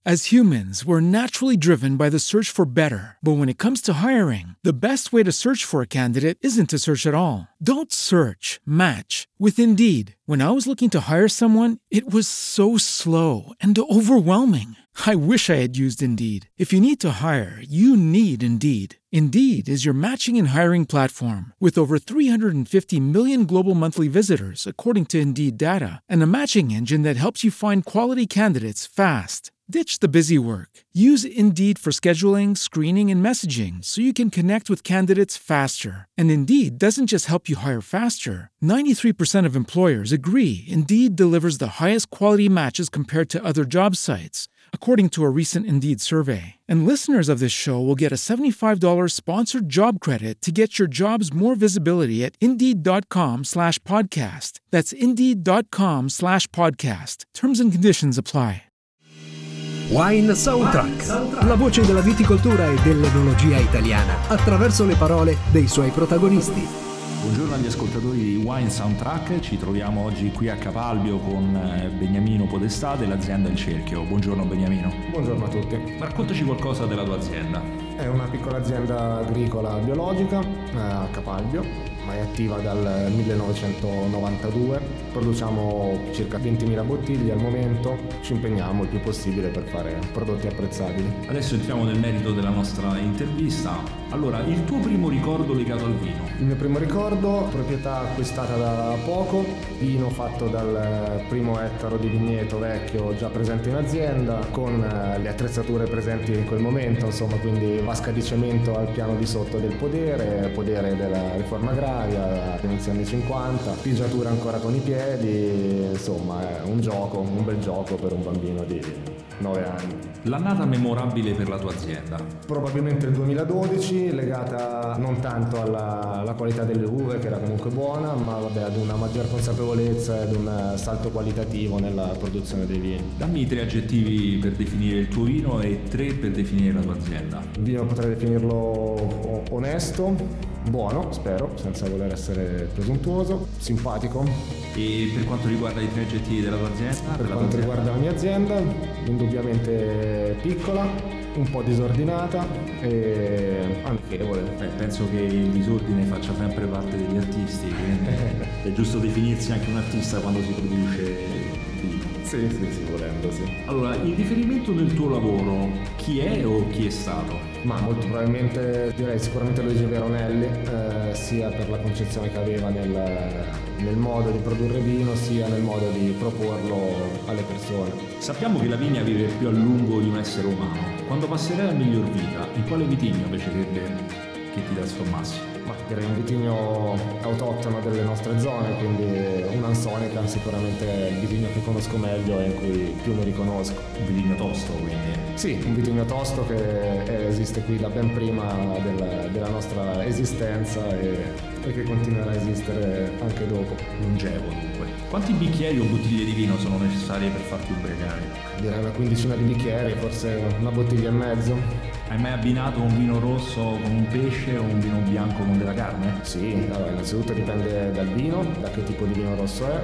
As humans, we're naturally driven by the search for better. But when it comes to hiring, the best way to search for a candidate isn't to search at all. Don't search, match with Indeed. When I was looking to hire someone, it was so slow and overwhelming. I wish I had used Indeed. If you need to hire, you need Indeed. Indeed is your matching and hiring platform with over 350 million global monthly visitors, according to Indeed data, and a matching engine that helps you find quality candidates fast. Ditch the busy work. Use Indeed for scheduling, screening, and messaging so you can connect with candidates faster. And Indeed doesn't just help you hire faster. 93% of employers agree Indeed delivers the highest quality matches compared to other job sites, according to a recent Indeed survey. And listeners of this show will get a $75 sponsored job credit to get your jobs more visibility at Indeed.com/podcast. That's Indeed.com/podcast. Terms and conditions apply. Wine Soundtrack, la voce della viticoltura e dell'enologia italiana attraverso le parole dei suoi protagonisti. Buongiorno agli ascoltatori di Wine Soundtrack, ci troviamo oggi qui a Capalbio con Beniamino Podestà dell'azienda Il Cerchio. Buongiorno Beniamino. Buongiorno a tutti. Raccontaci qualcosa della tua azienda. È una piccola azienda agricola biologica a Capalbio, ma è attiva dal 1992. Produciamo circa 20.000 bottiglie al momento, ci impegniamo il più possibile per fare prodotti apprezzabili. Adesso entriamo nel merito della nostra intervista. Allora, il tuo primo ricordo legato al vino? Il mio primo ricordo, proprietà acquistata da poco, vino fatto dal primo ettaro di vigneto vecchio già presente in azienda, con le attrezzature presenti in quel momento, insomma, quindi vasca di cemento al piano di sotto del podere della riforma agraria, inizio anni 50, pigiatura ancora con i piedi, insomma è un bel gioco per un bambino di 9 anni. L'annata memorabile per la tua azienda? Probabilmente il 2012, legata non tanto alla qualità delle uve, che era comunque buona, ma ad una maggior consapevolezza ed un salto qualitativo nella produzione dei vini. Dammi 3 aggettivi per definire il tuo vino e 3 per definire la tua azienda. Il vino potrei definirlo onesto, buono, spero, senza voler essere presuntuoso, simpatico. E per quanto riguarda i 3 aggettivi della tua azienda? Per quanto riguarda la mia azienda, indubbiamente piccola, un po' disordinata e amichevole. Penso che il disordine faccia sempre parte degli artisti, quindi è giusto definirsi anche un artista quando si produce vino. Sì, volendo, sì. Allora, in riferimento del tuo lavoro, chi è o chi è stato? Ma molto probabilmente direi sicuramente Luigi Veronelli, sia per la concezione che aveva nel modo di produrre vino, sia nel modo di proporlo alle persone. Sappiamo che la vigna vive più a lungo di un essere umano. Quando passerai a miglior vita, in quale vitigno piacerebbe che ti trasformassi? Ma direi un vitigno autoctono delle nostre zone, quindi un'ansonica sicuramente è il vitigno che conosco meglio e in cui più mi riconosco. Un vitigno tosto, quindi? Sì, un vitigno tosto che esiste qui da ben prima della nostra esistenza e che continuerà a esistere anche dopo. Longevo dunque. Quanti bicchieri o bottiglie di vino sono necessarie per farti ubriacare? Direi una quindicina di bicchieri, forse una bottiglia e mezzo. Hai mai abbinato un vino rosso con un pesce o un vino bianco con della carne? Sì, allora innanzitutto dipende dal vino, da che tipo di vino rosso è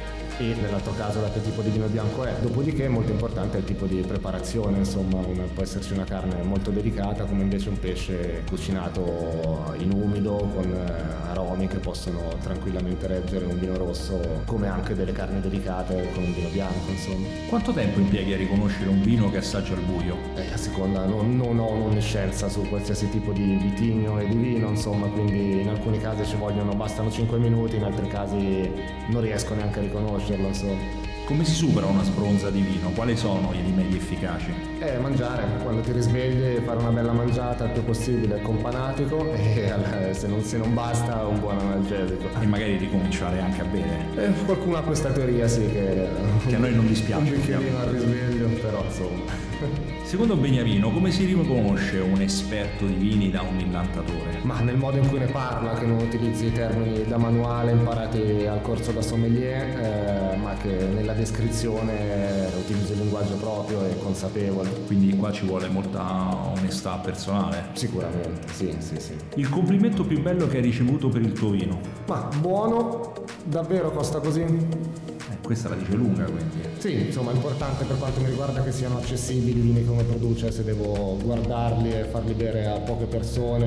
e nell'altro caso da che tipo di vino bianco è. Dopodiché è molto importante il tipo di preparazione, insomma può esserci una carne molto delicata come invece un pesce cucinato in umido con aromi che possono tranquillamente reggere un vino rosso, come anche delle carni delicate con un vino bianco, insomma. Quanto tempo impieghi a riconoscere un vino che assaggia al buio? A seconda, non ho un'onniscienza su qualsiasi tipo di vitigno e di vino, insomma, quindi in alcuni casi bastano 5 minuti, in altri casi non riesco neanche a riconoscerlo, insomma. Come si supera una sbronza di vino? Quali sono i rimedi efficaci? Mangiare, quando ti risvegli fare una bella mangiata il più possibile con panatico e se non basta un buon analgesico. E magari ricominciare anche a bere. Qualcuno ha questa teoria, sì, che a noi non dispiace. Un bicchierino al risveglio, però insomma. Secondo Beniamino, come si riconosce un esperto di vini da un millantatore? Ma nel modo in cui ne parla, che non utilizzi i termini da manuale imparati al corso da sommelier, ma che nella descrizione utilizzi il linguaggio proprio e consapevole. Quindi qua ci vuole molta onestà personale? Sicuramente, sì. Il complimento più bello che hai ricevuto per il tuo vino? Ma buono, davvero costa così? Questa la dice lunga, quindi. Sì, insomma è importante per quanto mi riguarda che siano accessibili i vini come produce, se devo guardarli e farli bere a poche persone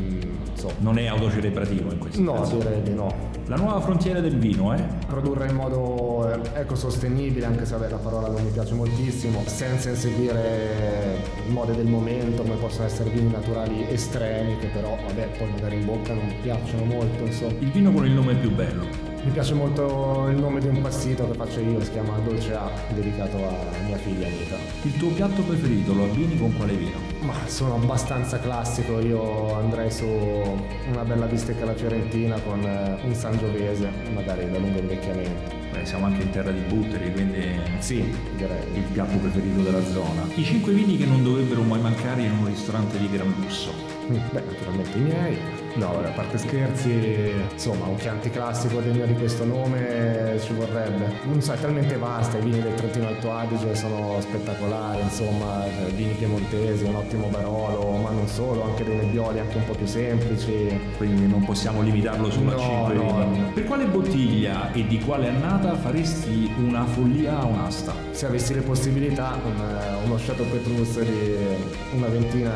non è autocelebrativo in questo no, senso. direi di no. La nuova frontiera del vino, Produrre in modo ecosostenibile, anche se la parola non mi piace moltissimo, senza inseguire mode del momento come possono essere vini naturali estremi che però poi magari in bocca non mi piacciono molto, insomma. Il vino con il nome più bello. Mi piace molto il nome di un passito che faccio io, si chiama Dolce A, dedicato a mia figlia Anita. Il tuo piatto preferito lo abbini con quale vino? Ma sono abbastanza classico, io andrei su una bella bistecca alla fiorentina con un Sangiovese, magari da lungo invecchiamento. Siamo anche in terra di butteri, quindi sì, direi. Il piatto preferito della zona. I 5 vini che non dovrebbero mai mancare in un ristorante di gran lusso. Naturalmente i miei. No, a parte scherzi, insomma, un Chianti classico degno di questo nome ci vorrebbe. Non so, è talmente vasta, i vini del Trentino Alto Adige sono spettacolari, insomma, vini piemontesi, un ottimo Barolo, ma non solo, anche dei nebbioli anche un po' più semplici. Quindi non possiamo limitarlo solo a 5 vini. No. Per quale bottiglia e di quale annata faresti una follia a un'asta? Se avessi le possibilità, uno Chateau Petrus di una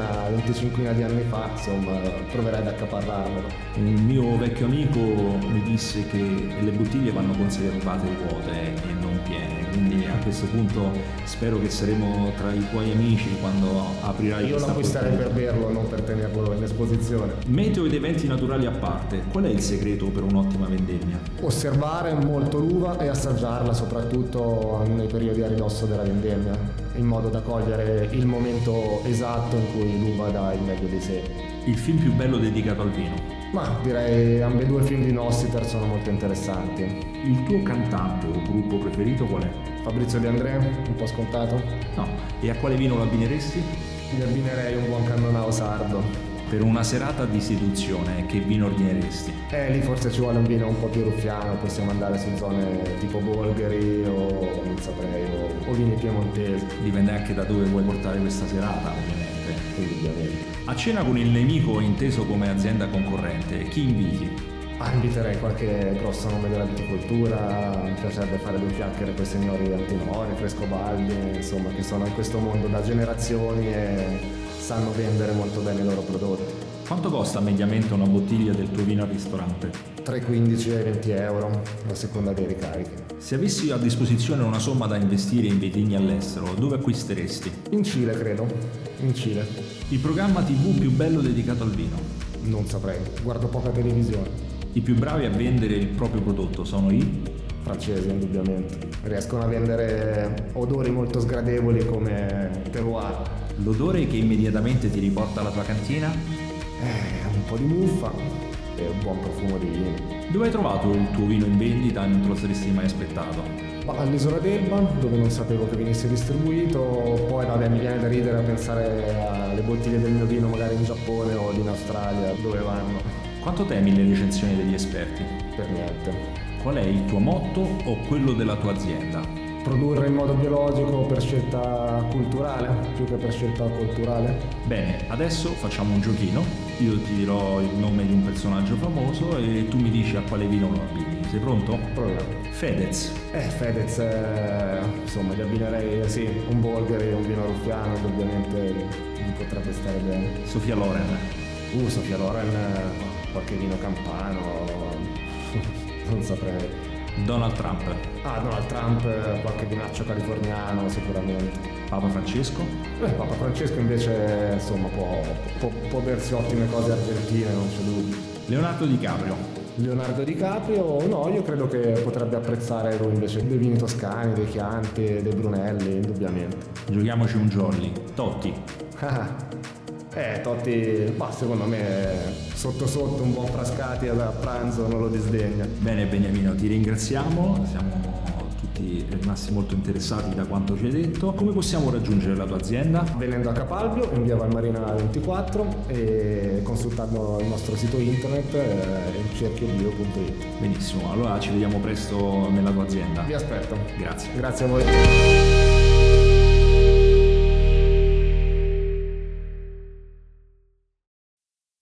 25 di anni fa, insomma, proverei ad accaparrarmelo. Un mio vecchio amico mi disse che le bottiglie vanno conservate vuote e non piene, quindi a questo punto spero che saremo tra i tuoi amici quando aprirai Io questa bottiglia. Io lo acquisterei per berlo, non per tenerlo in esposizione. Meteo ed eventi naturali a parte, qual è il segreto per un'ottima vendemmia? Osservare molto l'uva e assaggiarla, soprattutto nei periodi a ridosso della vendemmia, in modo da cogliere il momento esatto in cui l'uva dà il meglio di sé. Il film più bello dedicato al vino? Ma direi ambedue film di Nossiter sono molto interessanti. Il tuo cantante o gruppo preferito qual è? Fabrizio De André, un po' scontato? No. E a quale vino lo abbineresti? Mi abbinerei un buon Cannonau sardo. Per una serata di seduzione, che vino ordineresti? Lì forse ci vuole un vino un po' più ruffiano, possiamo andare su zone tipo Bolgheri o non saprei, o vini piemontesi. Dipende anche da dove vuoi portare questa serata, ovviamente. Indubbiamente. A cena con il nemico inteso come azienda concorrente, chi inviti? Inviterei qualche grosso nome della viticoltura, mi piacerebbe fare due chiacchiere con i signori Antinori, Frescobaldi, insomma, che sono in questo mondo da generazioni e sanno vendere molto bene i loro prodotti. Quanto costa mediamente una bottiglia del tuo vino al ristorante? Tra i 15 e i 20 euro, a seconda dei ricarichi. Se avessi a disposizione una somma da investire in vitigni all'estero, dove acquisteresti? In Cile, credo. In Cile. Il programma TV più bello dedicato al vino? Non saprei, guardo poca televisione. I più bravi a vendere il proprio prodotto sono i? Francesi, indubbiamente. Riescono a vendere odori molto sgradevoli come terroir. L'odore che immediatamente ti riporta alla tua cantina? Un po' di muffa e un buon profumo di vino. Dove hai trovato il tuo vino in vendita e non te lo saresti mai aspettato? All'isola d'Elba, dove non sapevo che venisse distribuito, poi mi viene da ridere a pensare alle bottiglie del mio vino magari in Giappone o in Australia, dove vanno. Quanto temi le recensioni degli esperti? Per niente. Qual è il tuo motto o quello della tua azienda? Produrre in modo biologico per scelta culturale, più che per scelta culturale. Bene, adesso facciamo un giochino. Io ti dirò il nome di un personaggio famoso e tu mi dici a quale vino lo abbini. Sei pronto? Proviamo. Fedez. Fedez, insomma, gli abbinerei sì, un Bolgheri e un vino ruffiano, ovviamente mi potrebbe stare bene. Sofia Loren. Sofia Loren, qualche vino campano, non saprei. Donald Trump. Donald Trump, qualche vinaccio californiano sicuramente. Papa Francesco? Papa Francesco invece insomma può bersi ottime cose argentine, non c'è dubbio. Leonardo DiCaprio. Leonardo DiCaprio, no, io credo che potrebbe apprezzare lui invece dei vini toscani, dei Chianti, dei Brunelli, indubbiamente. Giochiamoci un jolly. Totti. Totti, secondo me sotto sotto un buon Frascati a pranzo non lo disdegna. Bene Beniamino, ti ringraziamo, siamo tutti rimasti molto interessati da quanto ci hai detto. Come possiamo raggiungere la tua azienda? Venendo a Capalbio, in via Valmarina 24 e consultando il nostro sito internet cerchiobio.it. Benissimo, allora ci vediamo presto nella tua azienda. Vi aspetto. Grazie. Grazie a voi.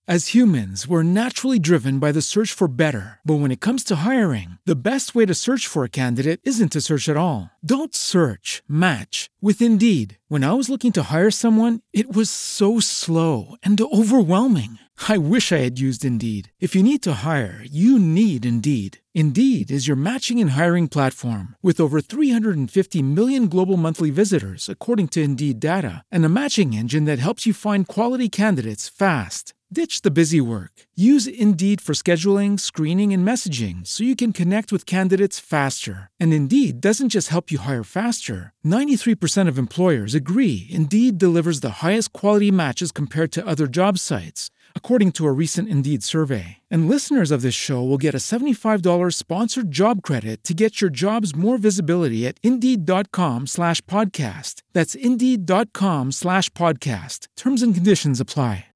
As humans, we're naturally driven by the search for better. But when it comes to hiring, the best way to search for a candidate isn't to search at all. Don't search, match with Indeed. When I was looking to hire someone, it was so slow and overwhelming. I wish I had used Indeed. If you need to hire, you need Indeed. Indeed is your matching and hiring platform with over 350 million global monthly visitors, according to Indeed data, and a matching engine that helps you find quality candidates fast. Ditch the busy work. Use Indeed for scheduling, screening, and messaging so you can connect with candidates faster. And Indeed doesn't just help you hire faster. 93% of employers agree Indeed delivers the highest quality matches compared to other job sites, according to a recent Indeed survey. And listeners of this show will get a $75 sponsored job credit to get your jobs more visibility at Indeed.com/podcast. That's Indeed.com/podcast. Terms and conditions apply.